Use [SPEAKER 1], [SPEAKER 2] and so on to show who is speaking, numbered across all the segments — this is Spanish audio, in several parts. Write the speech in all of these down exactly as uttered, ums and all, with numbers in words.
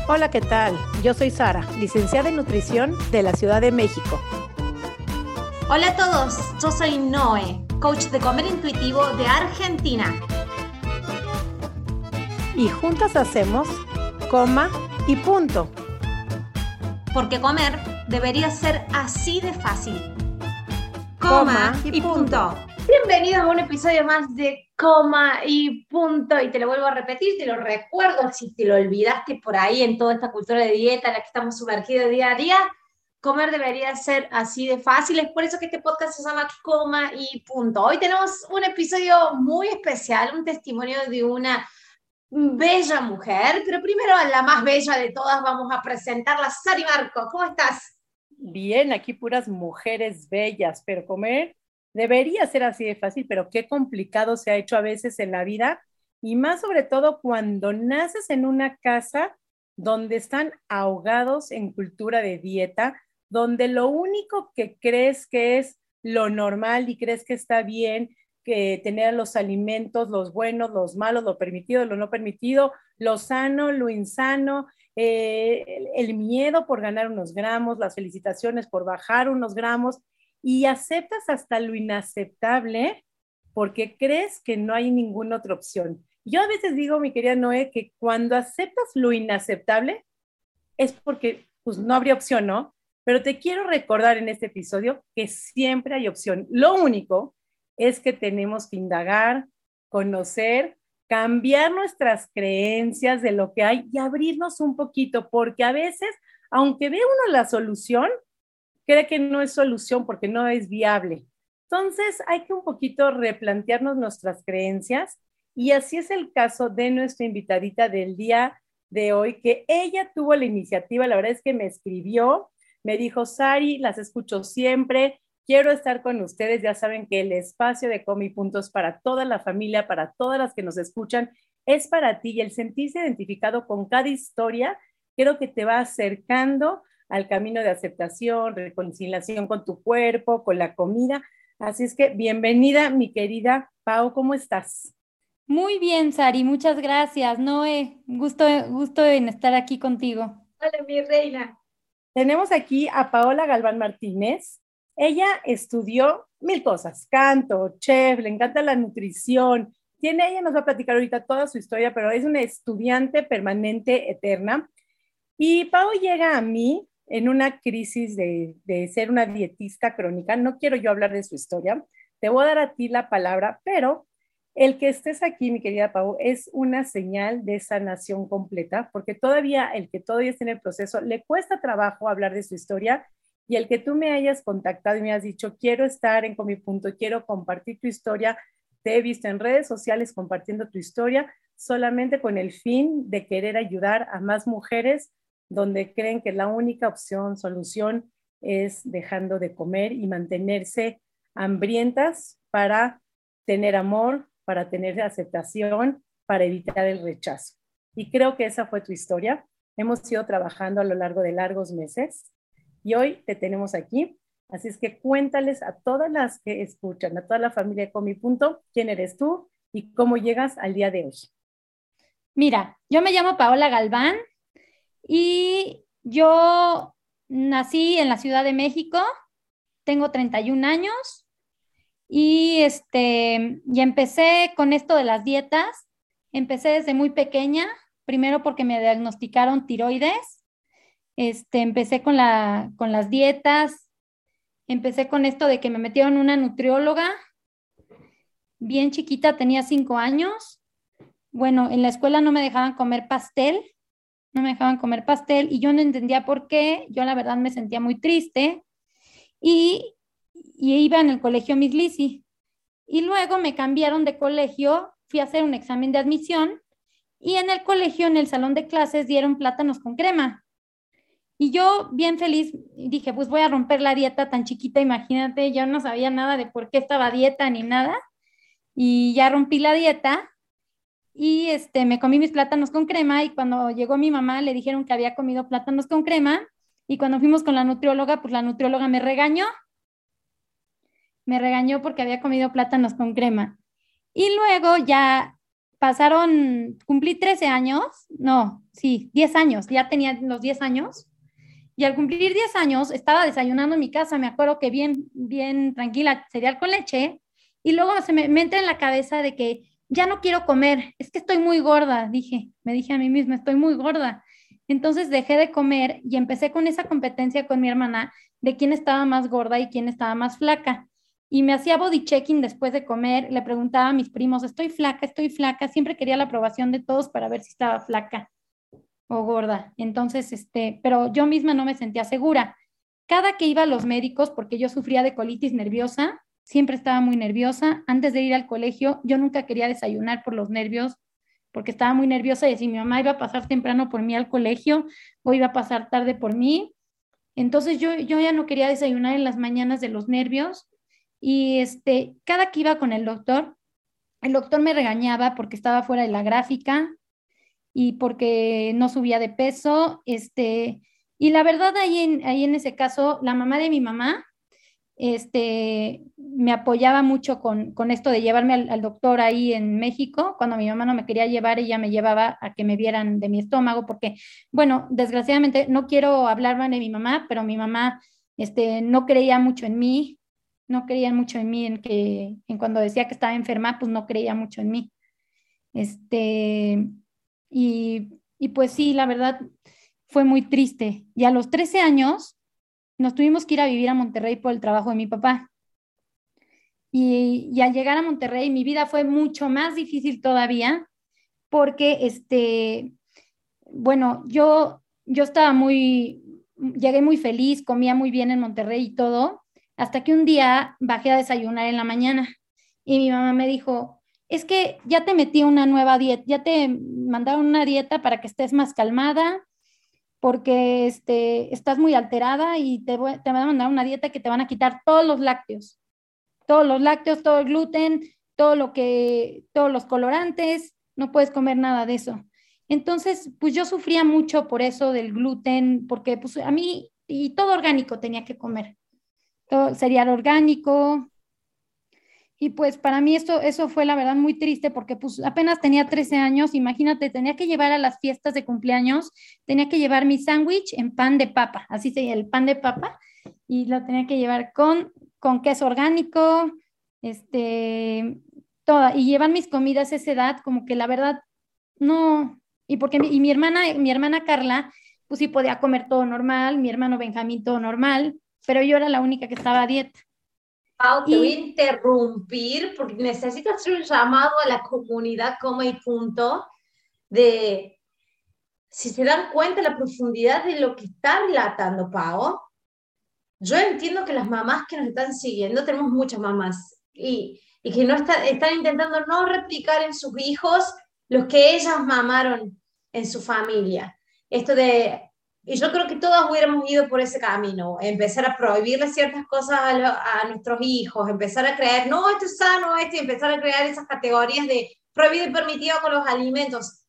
[SPEAKER 1] Hola, ¿qué tal? Yo soy Sara, licenciada en nutrición de la Ciudad de México.
[SPEAKER 2] Hola a todos, yo soy Noé, coach de comer intuitivo de Argentina.
[SPEAKER 1] Y juntas hacemos coma y punto.
[SPEAKER 2] Porque comer debería ser así de fácil.
[SPEAKER 1] Coma y punto.
[SPEAKER 2] Bienvenidos a un episodio más de Coma y Punto. Y te lo vuelvo a repetir, te lo recuerdo, si te lo olvidaste por ahí en toda esta cultura de dieta en la que estamos sumergidos día a día. Comer debería ser así de fácil. Es por eso que este podcast se llama Coma y Punto. Hoy tenemos un episodio muy especial, un testimonio de una bella mujer, pero primero a la más bella de todas vamos a presentarla. Sari Marco, ¿cómo estás?
[SPEAKER 1] Bien, aquí puras mujeres bellas, pero comer debería ser así de fácil, pero qué complicado se ha hecho a veces en la vida, y más sobre todo cuando naces en una casa donde están ahogados en cultura de dieta, donde lo único que crees que es lo normal y crees que está bien, que tener los alimentos, los buenos, los malos, lo permitido, lo no permitido, lo sano, lo insano, eh, el, el miedo por ganar unos gramos, las felicitaciones por bajar unos gramos, y aceptas hasta lo inaceptable porque crees que no hay ninguna otra opción. Yo a veces digo, mi querida Noé, que cuando aceptas lo inaceptable es porque pues, no habría opción, ¿no? Pero te quiero recordar en este episodio que siempre hay opción. Lo único es que tenemos que indagar, conocer, cambiar nuestras creencias de lo que hay y abrirnos un poquito, porque a veces, aunque ve uno la solución, cree que no es solución porque no es viable. Entonces hay que un poquito replantearnos nuestras creencias, y así es el caso de nuestra invitadita del día de hoy, que ella tuvo la iniciativa. La verdad es que me escribió, me dijo: Sari, las escucho siempre, quiero estar con ustedes. Ya saben que el espacio de Come y Punto es para toda la familia, para todas las que nos escuchan, es para ti, y el sentirse identificado con cada historia creo que te va acercando al camino de aceptación, reconciliación con tu cuerpo, con la comida. Así es que bienvenida, mi querida Pau, ¿cómo estás?
[SPEAKER 3] Muy bien, Sari, muchas gracias. Noé, gusto, gusto en estar aquí contigo.
[SPEAKER 2] Hola, mi reina.
[SPEAKER 1] Tenemos aquí a Paola Galván Martínez. Ella estudió mil cosas: canto, chef, le encanta la nutrición. Tiene, ella nos va a platicar ahorita toda su historia, pero es una estudiante permanente eterna. Y Pau llega a mí en una crisis de, de ser una dietista crónica. No quiero yo hablar de su historia, te voy a dar a ti la palabra, pero el que estés aquí, mi querida Pau, es una señal de sanación completa, porque todavía el que todavía está en el proceso le cuesta trabajo hablar de su historia, y el que tú me hayas contactado y me has dicho: quiero estar en Come y Punto, quiero compartir tu historia, te he visto en redes sociales compartiendo tu historia, solamente con el fin de querer ayudar a más mujeres donde creen que la única opción, solución, es dejando de comer y mantenerse hambrientas para tener amor, para tener aceptación, para evitar el rechazo. Y creo que esa fue tu historia. Hemos ido trabajando a lo largo de largos meses y hoy te tenemos aquí. Así es que cuéntales a todas las que escuchan, a toda la familia de Come y Punto, quién eres tú y cómo llegas al día de hoy.
[SPEAKER 3] Mira, yo me llamo Paola Galván y yo nací en la Ciudad de México, tengo treinta y un años y, este, y empecé con esto de las dietas. Empecé desde muy pequeña, primero porque me diagnosticaron tiroides. Este, empecé con la, con las dietas, empecé con esto de que me metieron una nutrióloga. Bien chiquita, tenía cinco años. Bueno, en la escuela no me dejaban comer pastel, no me dejaban comer pastel y yo no entendía por qué. Yo la verdad me sentía muy triste y, y iba en el colegio Miss Lizzy. Y luego me cambiaron de colegio, fui a hacer un examen de admisión y en el colegio, en el salón de clases, dieron plátanos con crema. Y yo bien feliz dije, pues voy a romper la dieta tan chiquita, imagínate, yo no sabía nada de por qué estaba a dieta ni nada. Y ya rompí la dieta y este, me comí mis plátanos con crema, y cuando llegó mi mamá le dijeron que había comido plátanos con crema, y cuando fuimos con la nutrióloga, pues la nutrióloga me regañó, me regañó porque había comido plátanos con crema. Y luego ya pasaron, cumplí trece años, no, sí, diez años, ya tenía los diez años. Y al cumplir diez años, estaba desayunando en mi casa, me acuerdo que bien, bien tranquila, cereal con leche, y luego se me, me entra en la cabeza de que ya no quiero comer, es que estoy muy gorda, dije, me dije a mí misma, estoy muy gorda. Entonces dejé de comer y empecé con esa competencia con mi hermana de quién estaba más gorda y quién estaba más flaca. Y me hacía body checking después de comer, le preguntaba a mis primos, estoy flaca, estoy flaca, siempre quería la aprobación de todos para ver si estaba flaca o gorda. Entonces, este, pero yo misma no me sentía segura. Cada que iba a los médicos, porque yo sufría de colitis nerviosa, siempre estaba muy nerviosa. Antes de ir al colegio, yo nunca quería desayunar por los nervios, porque estaba muy nerviosa y si mi mamá iba a pasar temprano por mí al colegio o iba a pasar tarde por mí. Entonces yo, yo ya no quería desayunar en las mañanas de los nervios y este, cada que iba con el doctor, el doctor me regañaba porque estaba fuera de la gráfica y porque no subía de peso, este, y la verdad ahí en, ahí en ese caso, la mamá de mi mamá, este, me apoyaba mucho con, con esto de llevarme al, al doctor ahí en México. Cuando mi mamá no me quería llevar, ella me llevaba a que me vieran de mi estómago, porque, bueno, desgraciadamente no quiero hablar mal de mi mamá, pero mi mamá, este, no creía mucho en mí, no creía mucho en mí, en que, en cuando decía que estaba enferma, pues no creía mucho en mí. Este, y, y pues sí, la verdad fue muy triste. Y a los trece años nos tuvimos que ir a vivir a Monterrey por el trabajo de mi papá. Y, y al llegar a Monterrey, mi vida fue mucho más difícil todavía, porque, este, bueno, yo, yo estaba muy, llegué muy feliz, comía muy bien en Monterrey y todo, hasta que un día bajé a desayunar en la mañana y mi mamá me dijo, es que ya te metí una nueva dieta, ya te mandaron una dieta para que estés más calmada, porque este, estás muy alterada y te, voy, te van a mandar una dieta que te van a quitar todos los lácteos, todos los lácteos, todo el gluten, todo lo que, todos los colorantes, no puedes comer nada de eso. Entonces, pues yo sufría mucho por eso del gluten, porque pues a mí, y todo orgánico tenía que comer, todo cereal orgánico, y pues para mí esto, eso fue la verdad muy triste porque pues apenas tenía trece años, imagínate, tenía que llevar a las fiestas de cumpleaños, tenía que llevar mi sándwich en pan de papa, así se llama, el pan de papa, y lo tenía que llevar con, con queso orgánico, este, toda, y llevar mis comidas a esa edad, como que la verdad, no, y porque mi, y mi hermana, mi hermana Carla, pues sí podía comer todo normal, mi hermano Benjamín todo normal, pero yo era la única que estaba a dieta.
[SPEAKER 2] Pau, te voy a
[SPEAKER 3] Y
[SPEAKER 2] interrumpir porque necesito hacer un llamado a la comunidad Coma y Punto de si se dan cuenta la profundidad de lo que está relatando Pau. Yo entiendo que las mamás que nos están siguiendo, tenemos muchas mamás, y, y que no está- están intentando no replicar en sus hijos los que ellas mamaron en su familia. Esto de, y yo creo que todas hubiéramos ido por ese camino, empezar a prohibirle ciertas cosas a, lo- a nuestros hijos, empezar a creer, no, esto es sano, esto, y empezar a crear esas categorías de prohibido y permitido con los alimentos.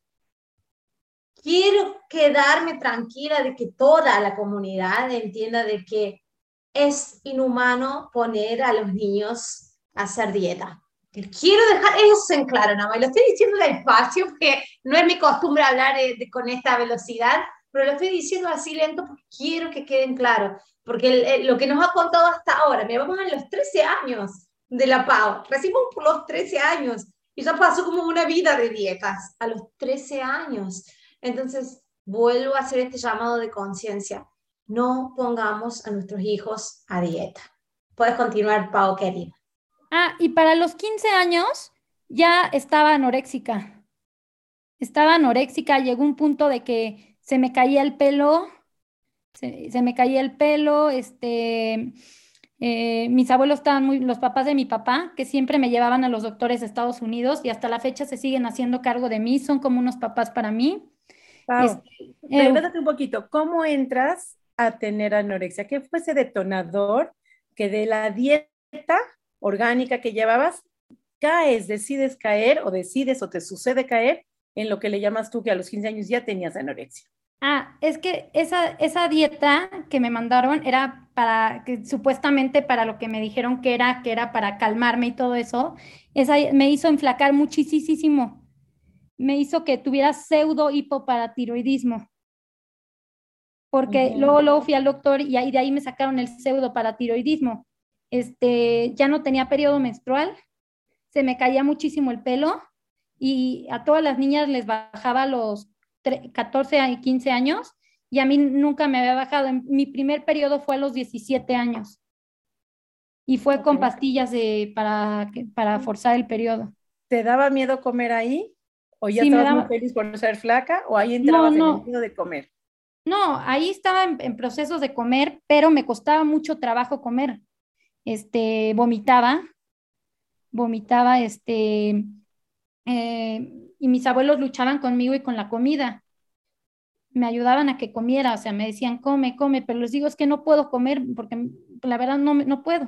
[SPEAKER 2] Quiero quedarme tranquila de que toda la comunidad entienda de que es inhumano poner a los niños a hacer dieta. Quiero dejar eso en claro, nada más. Lo estoy diciendo despacio porque no es mi costumbre hablar de, de, con esta velocidad, pero lo estoy diciendo así lento porque quiero que queden claros. Porque el, el, lo que nos ha contado hasta ahora, me vamos a los trece años de la Pau, recibimos por los trece años y ya pasó como una vida de dietas a los trece años. Entonces, vuelvo a hacer este llamado de conciencia. No pongamos a nuestros hijos a dieta. Puedes continuar, Pau, querida.
[SPEAKER 3] Ah, y para los quince años ya estaba anoréxica. Estaba anoréxica, llegó un punto de que se me caía el pelo, se, se me caía el pelo, este, eh, mis abuelos estaban muy, los papás de mi papá, que siempre me llevaban a los doctores de Estados Unidos y hasta la fecha se siguen haciendo cargo de mí, son como unos papás para mí.
[SPEAKER 1] Pau,
[SPEAKER 3] Este, eh,
[SPEAKER 1] regrésate un poquito. ¿Cómo entras a tener anorexia? ¿Qué fue ese detonador que de la dieta orgánica que llevabas caes, decides caer o decides o te sucede caer en lo que le llamas tú que a los quince años ya tenías anorexia?
[SPEAKER 3] Ah, es que esa, esa dieta que me mandaron era para, que supuestamente para lo que me dijeron que era, que era para calmarme y todo eso, esa me hizo enflacar muchísimo. me hizo que tuviera pseudo hipoparatiroidismo, porque
[SPEAKER 1] Ujú.
[SPEAKER 3] luego, luego fui al doctor y ahí de ahí me sacaron el pseudo paratiroidismo. Este, ya no tenía periodo menstrual, se me caía muchísimo el pelo y a todas las niñas les bajaba a los catorce y quince años y a mí nunca me había bajado. Mi primer periodo fue a los diecisiete años y fue con
[SPEAKER 1] Ok.
[SPEAKER 3] pastillas de, para, para forzar el periodo.
[SPEAKER 1] ¿Te daba miedo comer ahí? ¿O ya
[SPEAKER 3] Sí, me
[SPEAKER 1] estabas muy
[SPEAKER 3] daba,
[SPEAKER 1] feliz por ser flaca? ¿O ahí
[SPEAKER 3] no,
[SPEAKER 1] entrabas en el
[SPEAKER 3] no,
[SPEAKER 1] miedo de comer?
[SPEAKER 3] no, ahí estaba en, en procesos de comer, pero me costaba mucho trabajo comer. Este, vomitaba, vomitaba, este, eh, y mis abuelos luchaban conmigo y con la comida. Me ayudaban a que comiera, o sea, me decían, come, come, pero les digo, es que no puedo comer porque la verdad no, me- no puedo.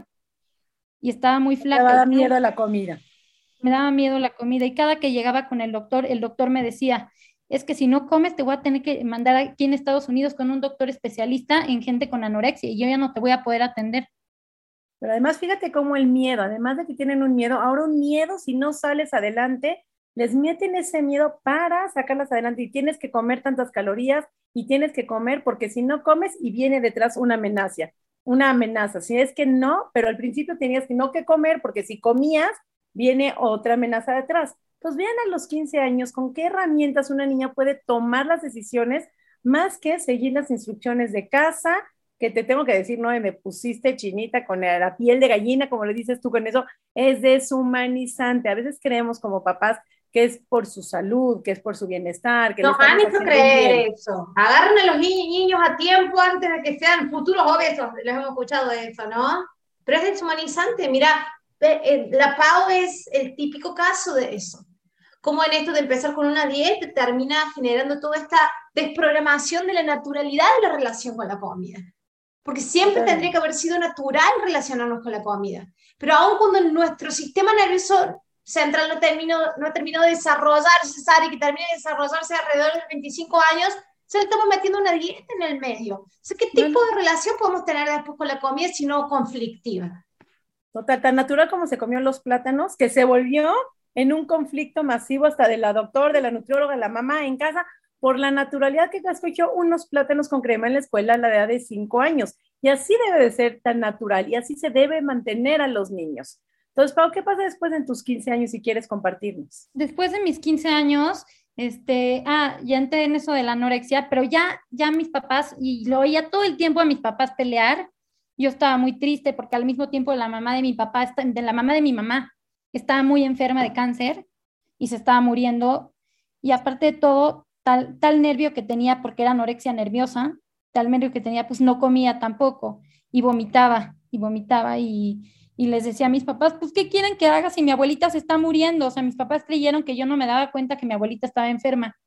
[SPEAKER 3] Y estaba muy
[SPEAKER 1] Te
[SPEAKER 3] flaca y
[SPEAKER 1] daba
[SPEAKER 3] cada-
[SPEAKER 1] miedo la comida.
[SPEAKER 3] me daba miedo la comida y cada que llegaba con el doctor, el doctor me decía, es que si no comes te voy a tener que mandar aquí en Estados Unidos con un doctor especialista en gente con anorexia y yo ya no te voy a poder atender.
[SPEAKER 1] Pero además, fíjate cómo el miedo, además de que tienen un miedo, ahora un miedo, si no sales adelante, les meten ese miedo para sacarlas adelante y tienes que comer tantas calorías y tienes que comer porque si no comes y viene detrás una amenaza, una amenaza. Si es que no, pero al principio tenías que no que comer porque si comías, viene otra amenaza detrás. Pues vean a los quince años con qué herramientas una niña puede tomar las decisiones más que seguir las instrucciones de casa, que te tengo que decir, no, me pusiste chinita con la piel de gallina, como le dices tú con eso, es deshumanizante. A veces creemos como papás que es por su salud, que es por su bienestar, que le
[SPEAKER 2] Nos han
[SPEAKER 1] estamos
[SPEAKER 2] hecho
[SPEAKER 1] haciendo un bien.
[SPEAKER 2] creer eso. Agarren a los ni- niños a tiempo antes de que sean futuros obesos. Les hemos escuchado eso, ¿no? Pero es deshumanizante. Mira, eh, eh, la Pau es el típico caso de eso. Como en esto de empezar con una dieta termina generando toda esta desprogramación de la naturalidad de la relación con la comida. Porque siempre tendría que haber sido natural relacionarnos con la comida. Pero aun cuando nuestro sistema nervioso central no terminó, no terminó de desarrollarse, Sari, que termine de desarrollarse alrededor de los veinticinco años, se le estamos metiendo una dieta en el medio. O sea, ¿qué tipo
[SPEAKER 1] No,
[SPEAKER 2] de relación podemos tener después con la comida si no conflictiva?
[SPEAKER 1] total, tan natural como se comió los plátanos, que se volvió en un conflicto masivo hasta de la doctora, de la nutrióloga, de la mamá en casa, por la naturalidad que escogió unos plátanos con crema en la escuela a la edad de cinco años. Y así debe de ser tan natural y así se debe mantener a los niños. Entonces, Pau, ¿qué pasa después en tus quince años si quieres compartirnos?
[SPEAKER 3] Después de mis quince años, este, ah, ya entré en eso de la anorexia, pero ya, ya mis papás, y lo oía todo el tiempo a mis papás pelear, yo estaba muy triste porque al mismo tiempo la mamá de mi papá, de la mamá de mi mamá, estaba muy enferma de cáncer y se estaba muriendo, y aparte de todo, tal, tal nervio que tenía, porque era anorexia nerviosa, tal nervio que tenía, pues no comía tampoco, y vomitaba, y vomitaba, y y les decía a mis papás, pues, ¿qué quieren que haga si mi abuelita se está muriendo? O sea, mis papás creyeron que yo no me daba cuenta que mi abuelita estaba enferma.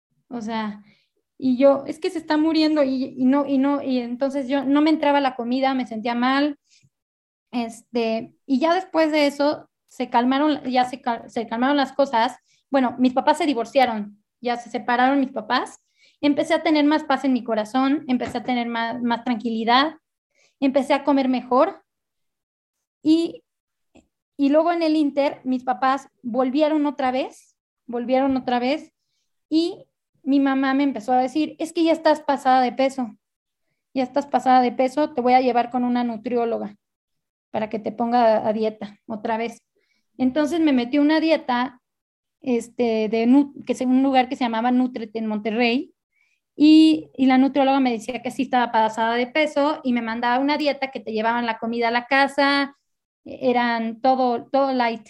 [SPEAKER 3] O sea, y yo, es que se está muriendo y, y no, y no, y entonces yo no me entraba la comida, me sentía mal. Este, y ya después de eso se calmaron, ya se, se calmaron las cosas. Bueno, mis papás se divorciaron, ya se separaron mis papás. Empecé a tener más paz en mi corazón, empecé a tener más, más tranquilidad, empecé a comer mejor. Y, y luego en el Inter, mis papás volvieron otra vez, volvieron otra vez y mi mamá me empezó a decir, es que ya estás pasada de peso, ya estás pasada de peso, te voy a llevar con una nutrióloga para que te ponga a, a dieta otra vez. Entonces me metí una dieta este, de, que es un lugar que se llamaba Nutrete en Monterrey y, y la nutrióloga me decía que sí estaba pasada de peso y me mandaba una dieta que te llevaban la comida a la casa, eran todo, todo light.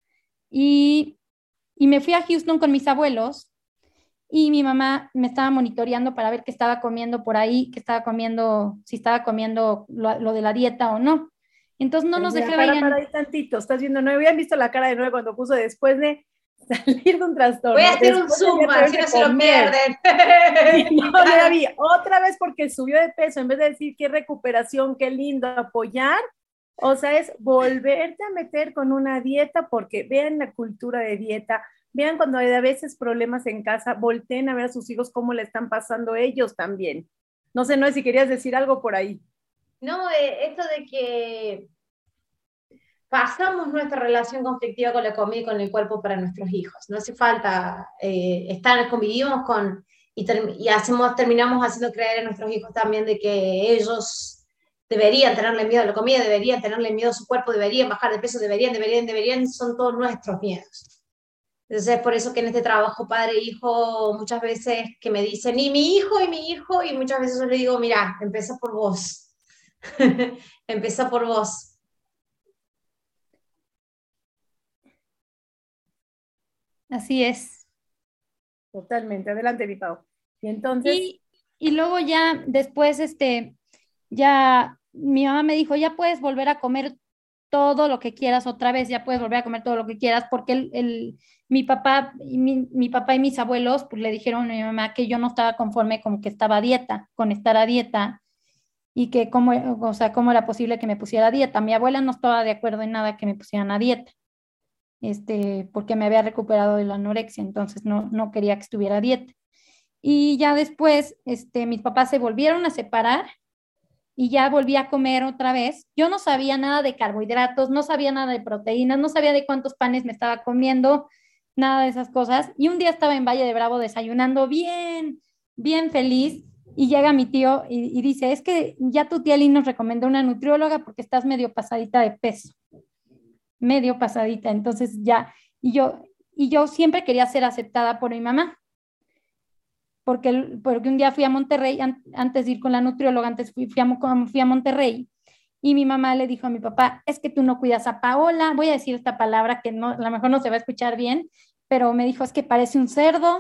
[SPEAKER 3] Y, y me fui a Houston con mis abuelos y mi mamá me estaba monitoreando para ver qué estaba comiendo por ahí, qué estaba comiendo, si estaba comiendo lo, lo de la dieta o no. Entonces no
[SPEAKER 1] Pero
[SPEAKER 3] nos
[SPEAKER 1] mira,
[SPEAKER 3] dejaba ir
[SPEAKER 1] para,
[SPEAKER 3] a...
[SPEAKER 1] para ahí tantito, estás viendo, no habían visto la cara de Noé cuando puso después de salir de un
[SPEAKER 2] Voy a
[SPEAKER 1] trastorno,
[SPEAKER 2] hacer un
[SPEAKER 1] después de ya
[SPEAKER 2] zumba,
[SPEAKER 1] tener
[SPEAKER 2] si no
[SPEAKER 1] que
[SPEAKER 2] se lo
[SPEAKER 1] comer.
[SPEAKER 2] pierden.
[SPEAKER 1] Y no, yo la vi otra vez porque subió de peso, en vez de decir qué recuperación, qué lindo apoyar, o sea, es volverte a meter con una dieta porque vean la cultura de dieta, vean cuando hay a veces problemas en casa, volteen a ver a sus hijos cómo le están pasando ellos también. No sé, no sé si querías decir algo por ahí.
[SPEAKER 2] No, eh, esto de que pasamos nuestra relación conflictiva con la comida y con el cuerpo para nuestros hijos. No hace falta eh, estar, convivimos con, y, ter, y hacemos, terminamos haciendo creer a nuestros hijos también de que ellos deberían tenerle miedo a la comida, deberían tenerle miedo a su cuerpo, deberían bajar de peso, deberían, deberían, deberían, son todos nuestros miedos. Entonces es por eso que en este trabajo padre-hijo muchas veces que me dicen, y mi hijo, y mi hijo, y muchas veces yo le digo, mira, empieza por vos. Empieza por vos.
[SPEAKER 3] Así es.
[SPEAKER 1] Totalmente. Adelante, mi Pau. Y entonces,
[SPEAKER 3] Y, y luego ya después, este, ya mi mamá me dijo, ya puedes volver a comer todo lo que quieras otra vez, ya puedes volver a comer todo lo que quieras, porque el, el- mi papá y mi, mi papá y mis abuelos pues le dijeron a mi mamá que yo no estaba conforme con que estaba a dieta, con estar a dieta y que cómo, o sea, cómo era posible que me pusiera a dieta. Mi abuela no estaba de acuerdo en nada que me pusieran a dieta, este, porque me había recuperado de la anorexia, entonces no, no quería que estuviera a dieta. Y ya después, este, mis papás se volvieron a separar y ya volví a comer otra vez. Yo no sabía nada de carbohidratos, no sabía nada de proteínas, no sabía de cuántos panes me estaba comiendo, nada de esas cosas. Y un día estaba en Valle de Bravo desayunando bien, bien feliz y llega mi tío y, y dice, es que ya tu tía Lynn nos recomendó una nutrióloga porque estás medio pasadita de peso, medio pasadita. Entonces ya, y yo, y yo siempre quería ser aceptada por mi mamá porque, porque un día fui a Monterrey, an, antes de ir con la nutrióloga, antes fui, fui, a, fui a Monterrey, y mi mamá le dijo a mi papá, es que tú no cuidas a Paola, voy a decir esta palabra que no, a lo mejor no se va a escuchar bien, pero me dijo, es que parece un cerdo,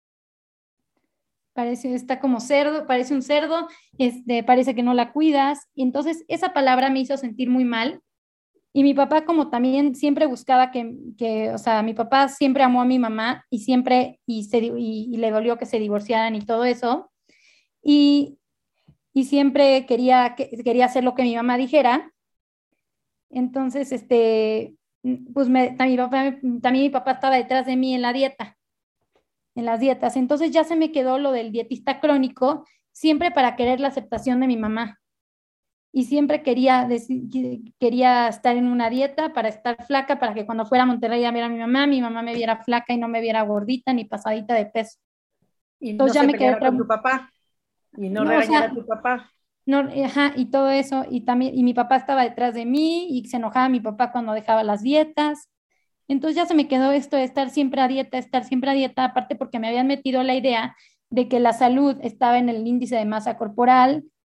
[SPEAKER 3] parece, está como cerdo, parece un cerdo, este, parece que no la cuidas, y entonces esa palabra me hizo sentir muy mal. Y mi papá como también siempre buscaba que, que, o sea, mi papá siempre amó a mi mamá y siempre, y, se, y, y le dolió que se divorciaran y todo eso. Y, y siempre quería, que, quería hacer lo que mi mamá dijera. Entonces, este, pues me, también, mi papá, también mi papá estaba detrás de mí en la dieta, en las dietas. Entonces ya se me quedó lo del dietista crónico, siempre para querer la aceptación de mi mamá. Y siempre quería, decir, quería estar en una dieta para estar flaca, para que cuando fuera a Monterrey a ver a mi mamá, mi mamá me viera flaca y no me viera gordita ni pasadita de peso.
[SPEAKER 1] y no
[SPEAKER 3] Entonces ya
[SPEAKER 1] se
[SPEAKER 3] me quedé,
[SPEAKER 1] peleara con tu papá y no
[SPEAKER 3] no, o
[SPEAKER 1] regañara a
[SPEAKER 3] sea,
[SPEAKER 1] tu papá.
[SPEAKER 3] no, ajá, y todo eso, y también, y mi papá estaba detrás de mí, y se enojaba mi papá cuando dejaba las dietas. Entonces ya se me quedó esto de estar siempre a dieta, estar siempre a dieta, aparte porque me habían metido la idea de que la salud estaba en el índice de masa corporal,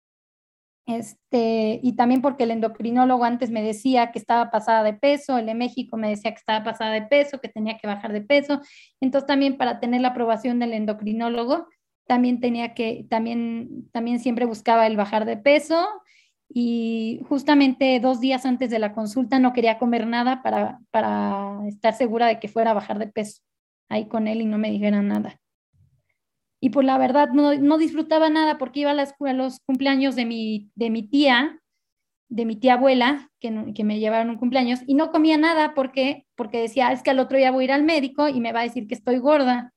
[SPEAKER 3] este, y también porque el endocrinólogo antes me decía que estaba pasada de peso, el de México me decía que estaba pasada de peso, que tenía que bajar de peso. Entonces también para tener la aprobación del endocrinólogo, también tenía que, también, también siempre buscaba el bajar de peso y justamente dos días antes de la consulta no quería comer nada para, para estar segura de que fuera a bajar de peso ahí con él y no me dijera nada. Y pues la verdad no, no disfrutaba nada porque iba a, las, a los cumpleaños de mi, de mi tía, de mi tía abuela, que, no, que me llevaron un cumpleaños, y no comía nada porque, porque decía, es que al otro día voy a ir al médico y me va a decir que estoy gorda.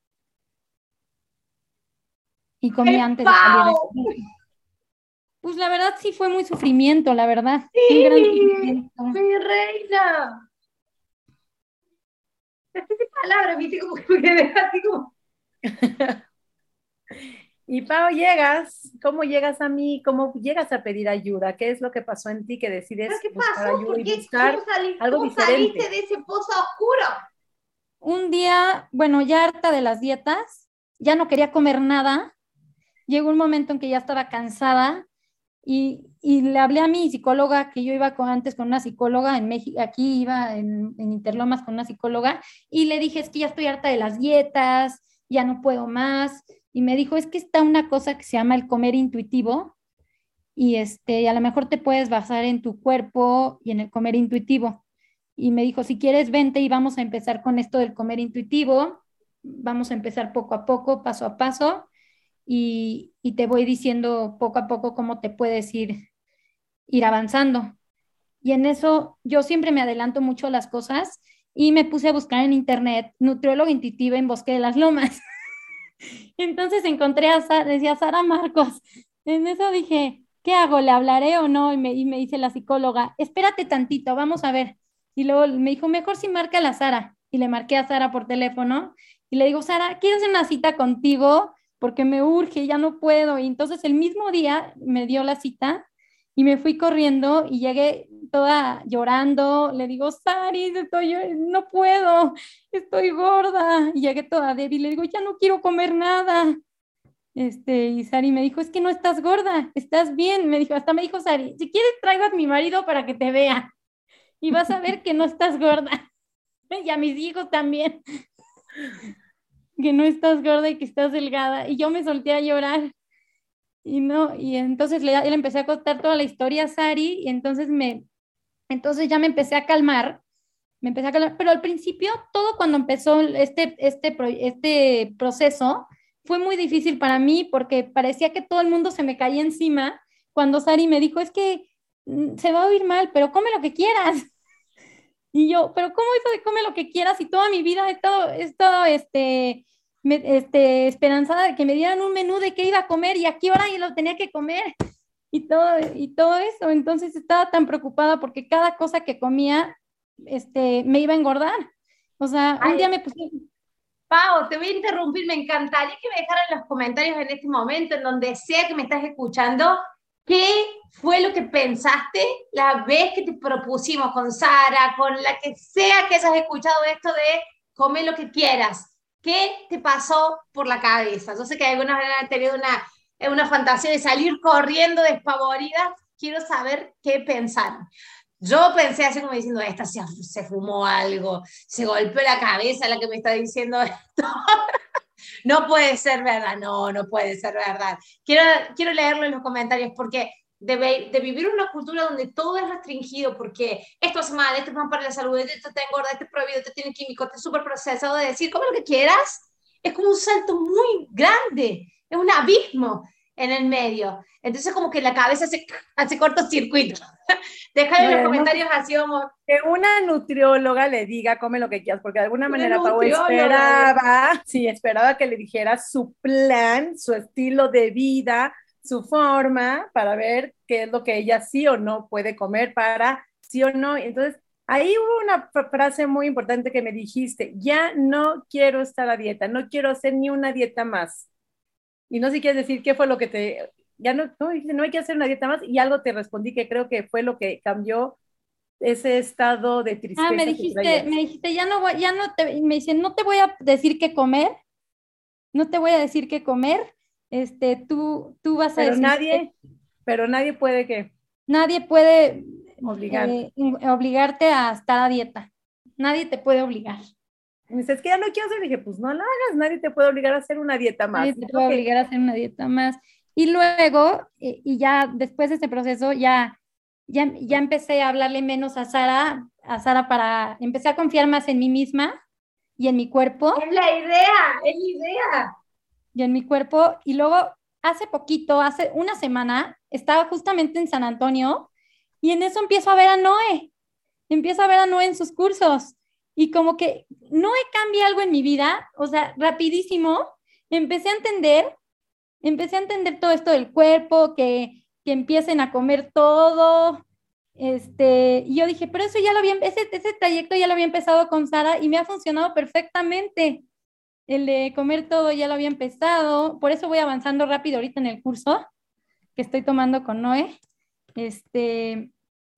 [SPEAKER 3] Y comía
[SPEAKER 2] ¡Ay,
[SPEAKER 3] antes de salir de
[SPEAKER 2] Pau!
[SPEAKER 3] mi. Pues la verdad sí fue muy sufrimiento, la verdad, un gran
[SPEAKER 2] Sí,
[SPEAKER 3] sufrimiento.
[SPEAKER 2] mi reina. ¿Qué palabra? ¿Viste? Como que me quedé así como...
[SPEAKER 1] Y Pau, llegas, ¿cómo llegas a mí? ¿Cómo llegas a pedir ayuda? ¿Qué es lo que pasó en ti que
[SPEAKER 2] ¿Pero
[SPEAKER 1] decides
[SPEAKER 2] qué
[SPEAKER 1] buscar
[SPEAKER 2] pasó?
[SPEAKER 1] ayuda
[SPEAKER 2] ¿Por
[SPEAKER 1] y
[SPEAKER 2] qué? ¿Cómo,
[SPEAKER 1] buscar
[SPEAKER 2] salí,
[SPEAKER 1] algo
[SPEAKER 2] cómo saliste
[SPEAKER 1] diferente?
[SPEAKER 2] de ese pozo oscuro?
[SPEAKER 3] Un día, bueno, ya harta de las dietas, ya no quería comer nada. Llegó un momento en que ya estaba cansada y, y le hablé a mi psicóloga, que yo iba con, antes con una psicóloga en México, aquí iba en, en Interlomas con una psicóloga, y le dije, es que ya estoy harta de las dietas, ya no puedo más. Y me dijo, es que está una cosa que se llama el comer intuitivo, y este, a lo mejor te puedes basar en tu cuerpo y en el comer intuitivo. Y me dijo, si quieres, vente y vamos a empezar con esto del comer intuitivo. Vamos a empezar poco a poco, paso a paso, y, y te voy diciendo poco a poco cómo te puedes ir, ir avanzando. Y en eso yo siempre me adelanto mucho a las cosas y me puse a buscar en internet nutrióloga intuitiva en Bosque de las Lomas. Entonces encontré a Sara, decía Sara Marcos. En eso dije, ¿qué hago? ¿Le hablaré o no? Y me, y me dice la psicóloga, espérate tantito, vamos a ver. Y luego me dijo, mejor si marca a Sara. Y le marqué a Sara por teléfono y le digo, Sara, quiero hacer una cita contigo porque me urge, ya no puedo. Y entonces el mismo día me dio la cita y me fui corriendo y llegué toda llorando. Le digo, Sari, estoy, no puedo, estoy gorda. Y llegué toda débil, le digo, ya no quiero comer nada. Este, y Sari me dijo, es que no estás gorda, estás bien. Me dijo, hasta me dijo Sari, si quieres traigo a mi marido para que te vea y vas a ver que no estás gorda. Y a mis hijos también, que no estás gorda y que estás delgada. Y yo me solté a llorar. Y no, y entonces le, le empecé a contar toda la historia a Sari, y entonces me, entonces ya me empecé a calmar, me empecé a calmar, pero al principio, todo cuando empezó este, este, este proceso, fue muy difícil para mí, porque parecía que todo el mundo se me caía encima, cuando Sari me dijo, es que se va a oír mal, pero come lo que quieras. Y yo, pero ¿cómo eso de come lo que quieras? Y toda mi vida he estado, he estado este, me, este, esperanzada de que me dieran un menú de qué iba a comer y a qué hora yo lo tenía que comer y todo, y todo eso. Entonces estaba tan preocupada porque cada cosa que comía este, me iba a engordar. O sea,
[SPEAKER 2] Ay,
[SPEAKER 3] un día me puse...
[SPEAKER 2] Pau, te voy a interrumpir, me encantaría que me dejaran en los comentarios en este momento, en donde sea que me estás escuchando, qué fue lo que pensaste la vez que te propusimos con Sara, con la que sea que hayas escuchado esto de comer lo que quieras. ¿Qué te pasó por la cabeza? Yo sé que algunas han tenido una, una fantasía de salir corriendo despavoridas. Quiero saber qué pensaron. Yo pensé así como diciendo, esta se, se fumó algo, se golpeó la cabeza la que me está diciendo esto. No puede ser verdad, no, no puede ser verdad. Quiero, quiero leerlo en los comentarios porque de, de vivir una cultura donde todo es restringido, porque esto es mal, esto es mal para la salud, esto te engorda, esto es prohibido, esto tiene químico, esto es súper procesado, de decir, come lo que quieras, es como un salto muy grande, es un abismo en el medio. Entonces como que la cabeza hace, hace cortocircuito. Deja en los comentarios así vamos.
[SPEAKER 1] Que una nutrióloga le diga come lo que quieras, porque de alguna
[SPEAKER 2] Una
[SPEAKER 1] manera Pau
[SPEAKER 2] nutrióloga.
[SPEAKER 1] esperaba, sí, esperaba que le dijera su plan, su estilo de vida, su forma, para ver qué es lo que ella sí o no puede comer, para sí o no. Entonces, ahí hubo una frase muy importante que me dijiste, ya no quiero estar a dieta, no quiero hacer ni una dieta más. Y no sé si quieres decir qué fue lo que te, ya no, no, no hay que hacer una dieta más, y algo te respondí que creo que fue lo que cambió ese estado de tristeza.
[SPEAKER 3] Ah, me dijiste, me dijiste, ya no voy, ya no te, me dicen, no te voy a decir qué comer, no te voy a decir qué comer, este, tú, tú vas a
[SPEAKER 1] pero
[SPEAKER 3] decir.
[SPEAKER 1] nadie, pero nadie puede que
[SPEAKER 3] nadie puede
[SPEAKER 1] obligarte.
[SPEAKER 3] Eh, obligarte a estar a dieta. Nadie te puede obligar.
[SPEAKER 1] Me dices, es que ya no quiero hacer, dije, pues no la hagas, nadie te puede obligar a hacer una dieta más.
[SPEAKER 3] Nadie te puede que... obligar a hacer una dieta más. Y luego, eh, y ya después de este proceso, ya, ya, ya empecé a hablarle menos a Sara, a Sara para, empecé a confiar más en mí misma y en mi cuerpo.
[SPEAKER 2] Es la idea, es la idea.
[SPEAKER 3] Y en mi cuerpo. Y luego, hace poquito, hace una semana, estaba justamente en San Antonio y en eso empiezo a ver a Noé. Empiezo a ver a Noé en sus cursos. Y como que Noé cambia algo en mi vida, o sea, rapidísimo, empecé a entender, empecé a entender todo esto del cuerpo, que, que empiecen a comer todo, este, y yo dije, pero eso ya lo había, ese, ese trayecto ya lo había empezado con Sara y me ha funcionado perfectamente, el de comer todo ya lo había empezado, por eso voy avanzando rápido ahorita en el curso que estoy tomando con Noé, este...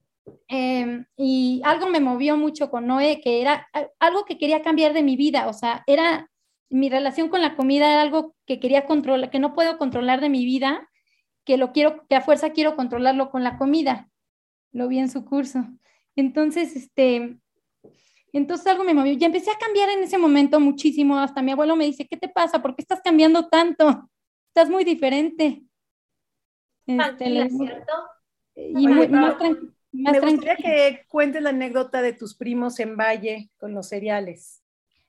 [SPEAKER 3] Eh, y algo me movió mucho con Noé, que era algo que quería cambiar de mi vida, o sea, era mi relación con la comida, era algo que quería controlar, que no puedo controlar de mi vida, que lo quiero, que a fuerza quiero controlarlo con la comida. Lo vi en su curso. Entonces, este, entonces algo me movió. Y empecé a cambiar en ese momento muchísimo. Hasta mi abuelo me dice, ¿qué te pasa? ¿Por qué estás cambiando tanto? Estás muy diferente.
[SPEAKER 2] Tranquila, este, ¿cierto?
[SPEAKER 3] Y Oye, muy, más tranquila. Más
[SPEAKER 1] me gustaría tranquila. Que cuentes la anécdota de tus primos en Valle con los cereales.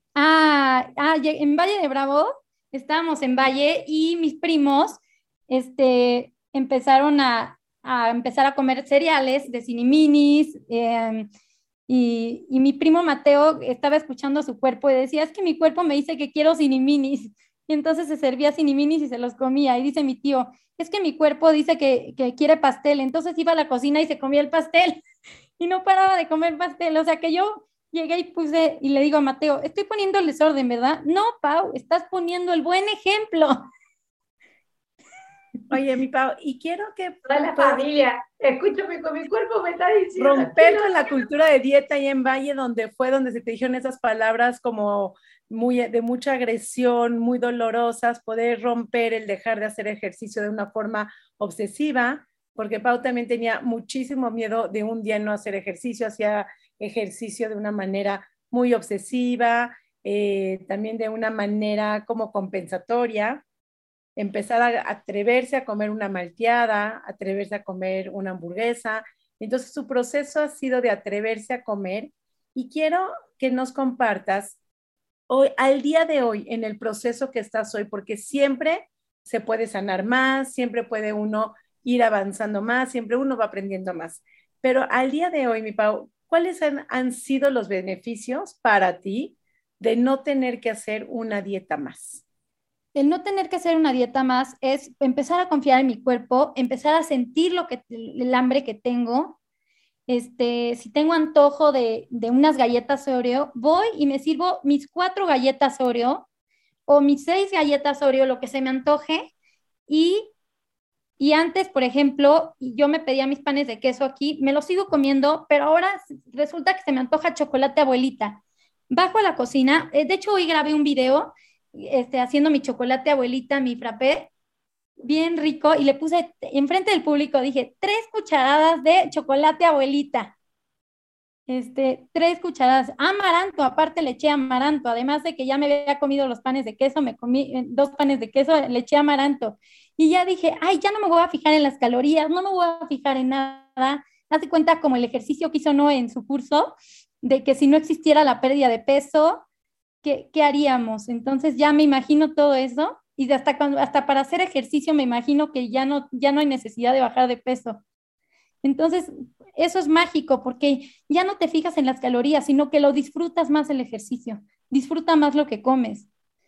[SPEAKER 3] Ah, ah, en Valle de Bravo, estábamos en Valle y mis primos este, empezaron a, a empezar a comer cereales de Ciniminis eh, y, y mi primo Mateo estaba escuchando su cuerpo y decía, es que mi cuerpo me dice que quiero Ciniminis. Y entonces se servía Ciniminis y se los comía. Y dice mi tío, es que mi cuerpo dice que, que quiere pastel. Entonces iba a la cocina y se comía el pastel. y no paraba de comer pastel. O sea que yo llegué y puse, y le digo a Mateo, estoy poniendo el desorden, ¿verdad? No, Pau, estás poniendo el buen ejemplo.
[SPEAKER 1] Oye, mi Pau, y quiero que
[SPEAKER 2] Toda la
[SPEAKER 1] pues,
[SPEAKER 2] familia, escúchame, con mi cuerpo me está diciendo.
[SPEAKER 1] romper con la cultura de dieta ahí en Valle, donde fue donde se te dijeron esas palabras como muy, de mucha agresión, muy dolorosas, poder romper el dejar de hacer ejercicio de una forma obsesiva, porque Pau también tenía muchísimo miedo de un día no hacer ejercicio, hacía ejercicio de una manera muy obsesiva, eh, también de una manera como compensatoria, empezar a atreverse a comer una malteada, atreverse a comer una hamburguesa. Entonces su proceso ha sido de atreverse a comer y quiero que nos compartas hoy, al día de hoy, en el proceso que estás hoy, porque siempre se puede sanar más, siempre puede uno ir avanzando más, siempre uno va aprendiendo más. Pero al día de hoy, mi Pau, ¿cuáles han, han sido los beneficios para ti de no tener que hacer una dieta más?
[SPEAKER 3] El no tener que hacer una dieta más es empezar a confiar en mi cuerpo, empezar a sentir lo que, el hambre que tengo. Este, si tengo antojo de, de unas galletas Oreo, voy y me sirvo mis cuatro galletas Oreo o mis seis galletas Oreo, lo que se me antoje. Y, y antes, por ejemplo, yo me pedía mis panes de queso aquí, me los sigo comiendo, pero ahora resulta que se me antoja chocolate abuelita. Bajo a la cocina, eh, de hecho hoy grabé un video este, haciendo mi chocolate abuelita, mi frappé, bien rico, y le puse enfrente del público, dije, tres cucharadas de chocolate abuelita. Este, tres cucharadas. Amaranto, aparte le eché amaranto, además de que ya me había comido los panes de queso, me comí eh, dos panes de queso, le eché amaranto. Y ya dije, ay, ya no me voy a fijar en las calorías, no me voy a fijar en nada. Haz de cuenta como el ejercicio que hizo Noé en su curso, de que si no existiera la pérdida de peso, ¿qué, qué haríamos? Entonces ya me imagino todo eso y hasta, cuando, hasta para hacer ejercicio me imagino que ya no, ya no hay necesidad de bajar de peso. Entonces, eso es mágico porque ya no te fijas en las calorías, sino que lo disfrutas más el ejercicio, disfruta más lo que comes.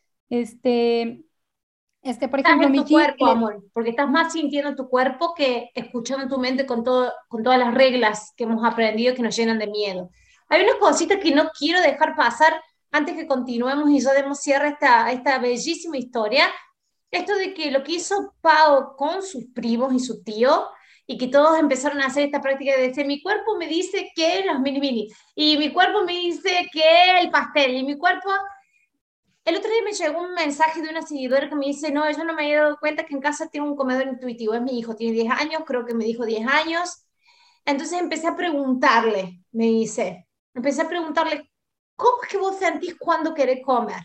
[SPEAKER 3] Este, este por
[SPEAKER 2] Estás
[SPEAKER 3] ejemplo,
[SPEAKER 2] en
[SPEAKER 3] mi
[SPEAKER 2] tu
[SPEAKER 3] G,
[SPEAKER 2] cuerpo, amor, porque estás más sintiendo tu cuerpo que escuchando tu mente con, todo, con todas las reglas que hemos aprendido que nos llenan de miedo. Hay unas cositas que no quiero dejar pasar antes que continuemos y ya demos cierre a esta, esta bellísima historia. Esto de que lo que hizo Pau con sus primos y su tío, y que todos empezaron a hacer esta práctica de decir, mi cuerpo me dice que los mini mini, y mi cuerpo me dice que el pastel, y mi cuerpo... El otro día me llegó un mensaje de una seguidora que me dice, no, yo no me había dado cuenta que en casa tiene un comedor intuitivo, es mi hijo, tiene diez años, creo que me dijo diez años. Entonces empecé a preguntarle, me dice, empecé a preguntarle, ¿cómo es que vos sentís cuando querés comer?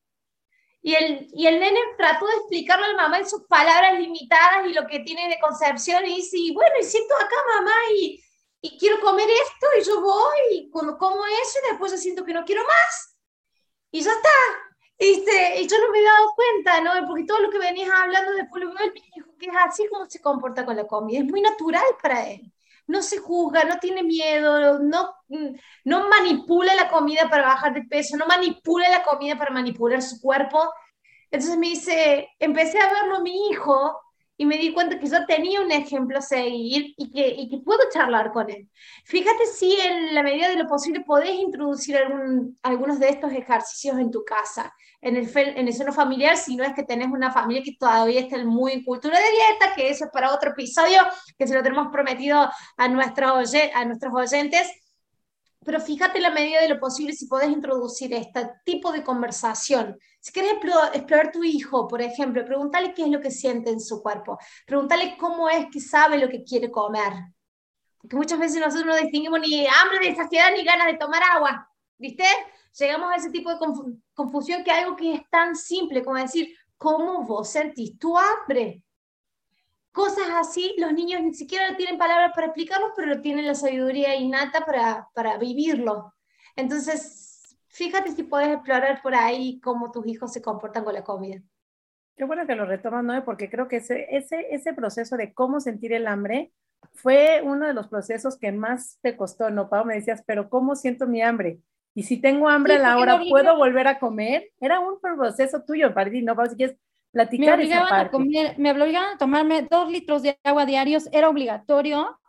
[SPEAKER 2] Y el, y el nene trató de explicarle a la mamá en sus palabras limitadas y lo que tiene de concepción, y dice, y bueno, y siento acá, mamá, y, y quiero comer esto, y yo voy, y cuando como eso, y después yo siento que no quiero más, y ya está. Y, dice, y yo no me he dado cuenta, ¿no? Porque todo lo que venías hablando después lo veo el hijo, que es así como se comporta con la comida, es muy natural para él. No se juzga, no tiene miedo, no, no manipula la comida para bajar de peso, no manipula la comida para manipular su cuerpo. Entonces me dice, empecé a verlo a mi hijo y me di cuenta que yo tenía un ejemplo a seguir y que, y que puedo charlar con él. Fíjate si en la medida de lo posible podés introducir algún, algunos de estos ejercicios en tu casa, en el, en el seno familiar, si no es que tenés una familia que todavía está muy en cultura de dieta, que eso es para otro episodio, que se lo tenemos prometido a nuestros, a nuestros oyentes. Pero fíjate en la medida de lo posible si podés introducir este tipo de conversación. Si querés explorar tu hijo, por ejemplo, pregúntale qué es lo que siente en su cuerpo. Pregúntale cómo es que sabe lo que quiere comer. Porque muchas veces nosotros no distinguimos ni hambre de saciedad ni ganas de tomar agua. ¿Viste? Llegamos a ese tipo de confu confusión que algo que es tan simple como decir, ¿cómo vos sentís tu hambre? Cosas así, los niños ni siquiera tienen palabras para explicarlos, pero tienen la sabiduría innata para, para vivirlo. Entonces, fíjate si puedes explorar por ahí cómo tus hijos se comportan con la comida.
[SPEAKER 1] Qué bueno que lo retomas, ¿no? Porque creo que ese, ese, ese proceso de cómo sentir el hambre fue uno de los procesos que más te costó, ¿no, Pau? Me decías, pero ¿cómo siento mi hambre? Y si tengo hambre
[SPEAKER 3] Sí,
[SPEAKER 1] a la hora,
[SPEAKER 3] obligaban,
[SPEAKER 1] ¿puedo volver a comer? Era un proceso tuyo, para ti, ¿no, Pau? Si quieres
[SPEAKER 3] me
[SPEAKER 1] platicar esa
[SPEAKER 3] obligaban a
[SPEAKER 1] parte.
[SPEAKER 3] comer, me obligaban a tomarme dos litros de agua diarios, era obligatorio.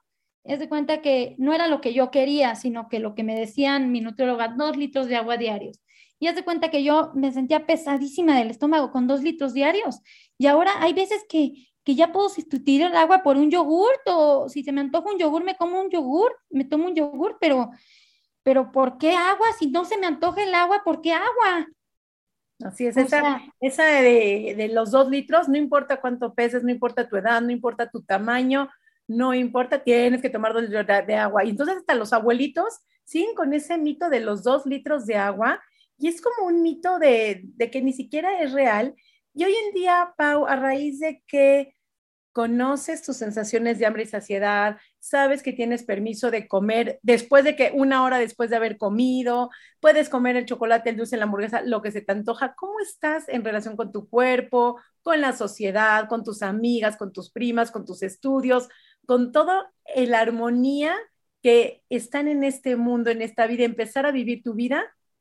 [SPEAKER 3] haz de cuenta que no era lo que yo quería, sino que lo que me decían mi nutrióloga, dos litros de agua diarios. Y haz de cuenta que yo me sentía pesadísima del estómago con dos litros diarios. Y ahora hay veces que, que ya puedo sustituir el agua por un yogurt, o si se me antoja un yogur, me como un yogur, me tomo un yogur, pero, pero ¿por qué agua? Si no se me antoja el agua, ¿por qué agua?
[SPEAKER 1] Así es,
[SPEAKER 3] O
[SPEAKER 1] esa,
[SPEAKER 3] sea,
[SPEAKER 1] esa de, de los dos litros, no importa cuánto peses, no importa tu edad, no importa tu tamaño, no importa, tienes que tomar dos litros de, de agua. Y entonces hasta los abuelitos siguen con ese mito de los dos litros de agua, y es como un mito de, de que ni siquiera es real. Y hoy en día, Pau, a raíz de que conoces tus sensaciones de hambre y saciedad, sabes que tienes permiso de comer después de que una hora después de haber comido, puedes comer el chocolate, el dulce, la hamburguesa, lo que se te antoja. ¿Cómo estás en relación con tu cuerpo, con la sociedad, con tus amigas, con tus primas, con tus estudios, con toda la armonía que están en este mundo, en esta vida? Empezar a vivir tu vida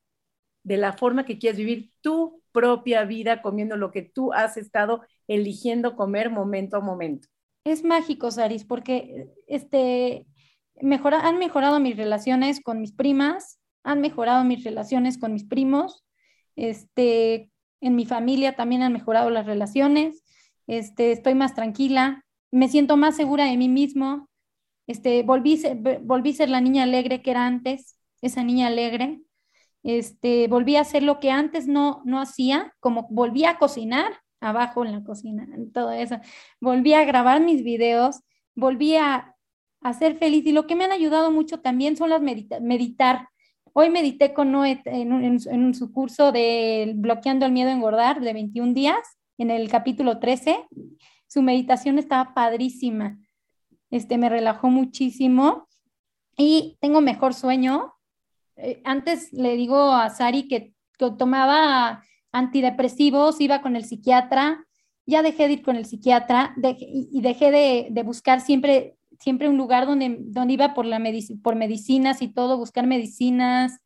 [SPEAKER 1] de la forma que quieres vivir tu propia vida, comiendo lo que tú has estado eligiendo comer momento a momento.
[SPEAKER 3] es mágico, Saris, porque este, mejora, han mejorado mis relaciones con mis primas, han mejorado mis relaciones con mis primos, este, en mi familia también han mejorado las relaciones, este, estoy más tranquila, me siento más segura de mí mismo, este, volví, volví a ser la niña alegre que era antes, esa niña alegre, este, volví a hacer lo que antes no, no hacía, como volví a cocinar abajo en la cocina, en todo eso, volví a grabar mis videos, volví a, a ser feliz, y lo que me han ayudado mucho también son las medita meditar. Hoy medité con Noé en, en, en su curso de Bloqueando el Miedo a Engordar de veintiún días, en el capítulo trece, su meditación estaba padrísima, este, me relajó muchísimo y tengo mejor sueño. Eh, antes le digo a Sari que, que tomaba antidepresivos, iba con el psiquiatra, ya dejé de ir con el psiquiatra de, y, y, dejé de, de buscar siempre, siempre un lugar donde, donde iba por, la medic por medicinas y todo, buscar medicinas.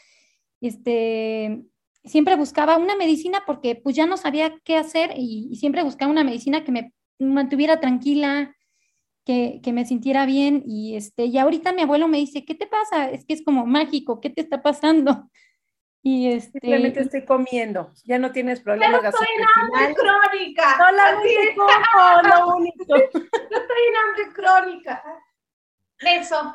[SPEAKER 3] Este, siempre buscaba una medicina porque pues ya no sabía qué hacer, y, y siempre buscaba una medicina que me mantuviera tranquila, que, que me sintiera bien. Y, este, y ahorita mi abuelo me dice, ¿qué te pasa? Es que es como mágico, ¿qué te está pasando? Y este,
[SPEAKER 1] Simplemente estoy comiendo, ya no tienes
[SPEAKER 2] Pero
[SPEAKER 1] problemas
[SPEAKER 2] estoy en hambre
[SPEAKER 1] gastrointestinales.
[SPEAKER 2] crónica.
[SPEAKER 1] Solamente como lo único.
[SPEAKER 2] No estoy en hambre crónica. Eso,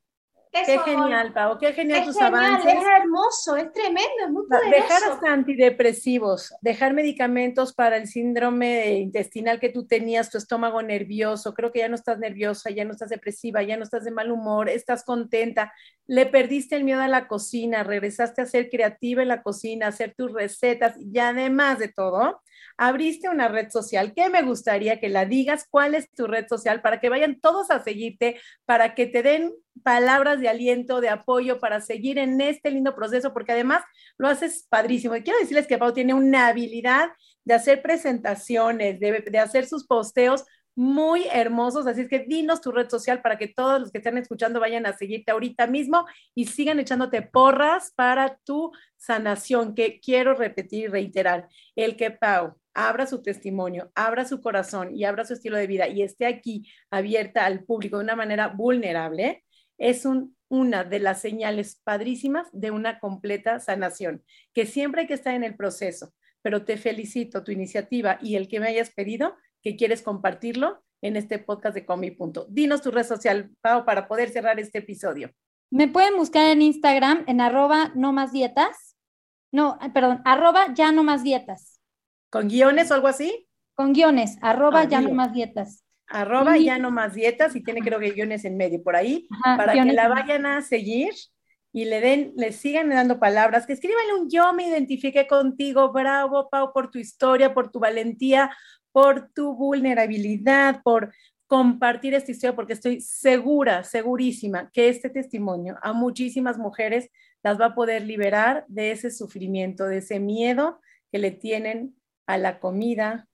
[SPEAKER 1] Qué
[SPEAKER 2] eso, amor.
[SPEAKER 1] genial, Pau, qué genial
[SPEAKER 2] Es
[SPEAKER 1] tus
[SPEAKER 2] genial,
[SPEAKER 1] avances.
[SPEAKER 2] es hermoso, es tremendo, es muy
[SPEAKER 1] Dejar
[SPEAKER 2] poderoso.
[SPEAKER 1] hasta antidepresivos, dejar medicamentos para el síndrome intestinal que tú tenías, tu estómago nervioso, creo que ya no estás nerviosa, ya no estás depresiva, ya no estás de mal humor, estás contenta, le perdiste el miedo a la cocina, regresaste a ser creativa en la cocina, a hacer tus recetas, y además de todo, abriste una red social que me gustaría que la digas. ¿Cuál es tu red social? Para que vayan todos a seguirte, para que te den palabras de aliento, de apoyo, para seguir en este lindo proceso, porque además lo haces padrísimo. Y quiero decirles que Pau tiene una habilidad de hacer presentaciones, de, de hacer sus posteos muy hermosos, así es que dinos tu red social para que todos los que están escuchando vayan a seguirte ahorita mismo y sigan echándote porras para tu sanación, que quiero repetir y reiterar, el que Pau abra su testimonio, abra su corazón y abra su estilo de vida y esté aquí abierta al público de una manera vulnerable, es un, una de las señales padrísimas de una completa sanación, que siempre hay que estar en el proceso, pero te felicito tu iniciativa y el que me hayas pedido que quieres compartirlo en este podcast de Come y Punto. Dinos tu red social, Pau, para poder cerrar este episodio.
[SPEAKER 3] Me pueden buscar en Instagram en arroba no más dietas, no, perdón, arroba ya no más dietas.
[SPEAKER 1] ¿Con guiones o algo así?
[SPEAKER 3] Con guiones, arroba
[SPEAKER 1] Ah,
[SPEAKER 3] ya
[SPEAKER 1] dilo.
[SPEAKER 3] no más dietas.
[SPEAKER 1] Arroba
[SPEAKER 3] Y,
[SPEAKER 1] ya no más dietas y tiene creo que guiones en medio por ahí,
[SPEAKER 3] ajá,
[SPEAKER 1] para que
[SPEAKER 3] guiones.
[SPEAKER 1] la vayan a seguir y le den, le sigan dando palabras, que escríbanle un yo me identifiqué contigo, bravo Pau por tu historia, por tu valentía, por tu vulnerabilidad, por compartir esta historia, porque estoy segura, segurísima que este testimonio a muchísimas mujeres las va a poder liberar de ese sufrimiento, de ese miedo que le tienen a la comida,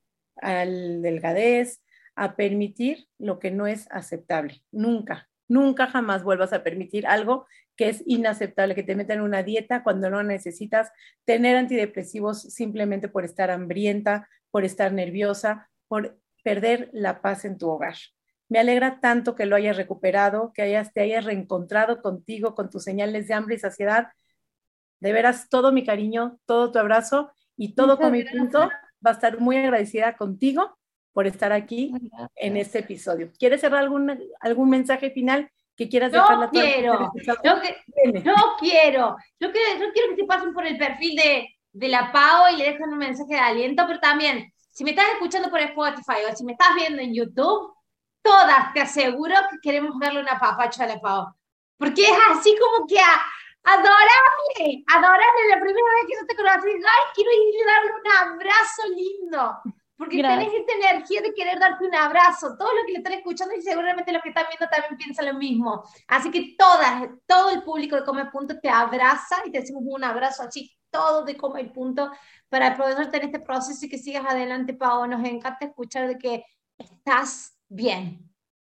[SPEAKER 1] al delgadez, a permitir lo que no es aceptable. Nunca, nunca jamás vuelvas a permitir algo que es inaceptable, que te metan en una dieta cuando no necesitas, tener antidepresivos simplemente por estar hambrienta, por estar nerviosa, por perder la paz en tu hogar. Me alegra tanto que lo hayas recuperado, que hayas, te hayas reencontrado contigo, con tus señales de hambre y saciedad. De veras, todo mi cariño, todo tu abrazo y todo con mi punto. Va a estar muy agradecida contigo por estar aquí en este episodio. ¿Quieres cerrar algún, algún mensaje final que quieras dejar?
[SPEAKER 2] No quiero, no, que, no quiero. Yo quiero, yo quiero que se pasen por el perfil de, de la Pau y le dejen un mensaje de aliento, pero también, si me estás escuchando por Spotify o si me estás viendo en YouTube, todas te aseguro que queremos darle una papacha a la Pau. Porque es así como que a, adorable, adorable. La primera vez que yo te conocí, ay, quiero ir a darle un abrazo lindo. Porque Gracias. Tenés esta energía de querer darte un abrazo. Todos los que le están escuchando y seguramente los que están viendo también piensan lo mismo. Así que todas, todo el público de Come Punto te abraza y te hacemos un abrazo así, todo de Come Punto, para aprovecharte en este proceso y que sigas adelante, Pau. Nos encanta escuchar de que estás bien.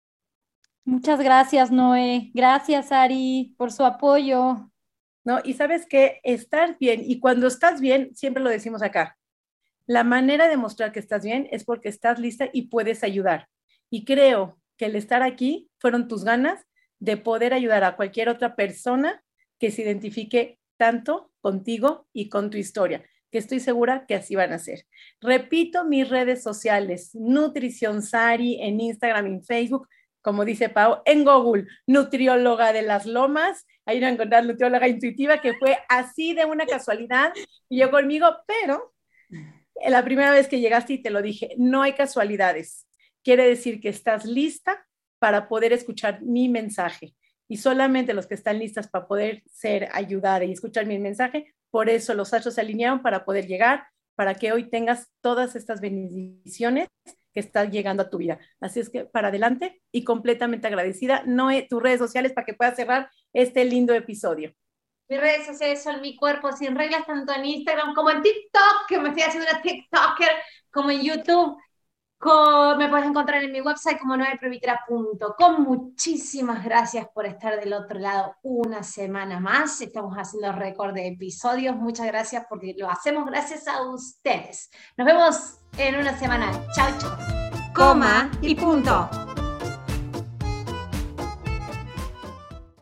[SPEAKER 3] Muchas gracias, Noé. Gracias, Ari, por su apoyo.
[SPEAKER 1] No, y sabes que estar bien, y cuando estás bien, siempre lo decimos acá, la manera de mostrar que estás bien es porque estás lista y puedes ayudar. Y creo que el estar aquí fueron tus ganas de poder ayudar a cualquier otra persona que se identifique tanto contigo y con tu historia, que estoy segura que así van a ser. Repito mis redes sociales, Nutrición Sari en Instagram y en Facebook, como dice Pau, en Google, nutrióloga de las Lomas, ahí van a encontrar nutrióloga intuitiva, que fue así de una casualidad, y yo conmigo, pero la primera vez que llegaste y te lo dije, no hay casualidades. Quiere decir que estás lista para poder escuchar mi mensaje. Y solamente los que están listas para poder ser ayudada y escuchar mi mensaje, por eso los astros se alinearon para poder llegar, para que hoy tengas todas estas bendiciones que están llegando a tu vida. Así es que para adelante y completamente agradecida. Noé, tus redes sociales para que puedas cerrar este lindo episodio.
[SPEAKER 2] Mis redes sociales son Mi Cuerpo Sin Reglas, tanto en Instagram como en TikTok, que me estoy haciendo una TikToker, como en YouTube. Con, me puedes encontrar en mi website como noel previtra punto com. Muchísimas gracias por estar del otro lado una semana más. Estamos haciendo récord de episodios. Muchas gracias porque lo hacemos gracias a ustedes. Nos vemos en una semana. Chao, chao.
[SPEAKER 4] Coma y punto.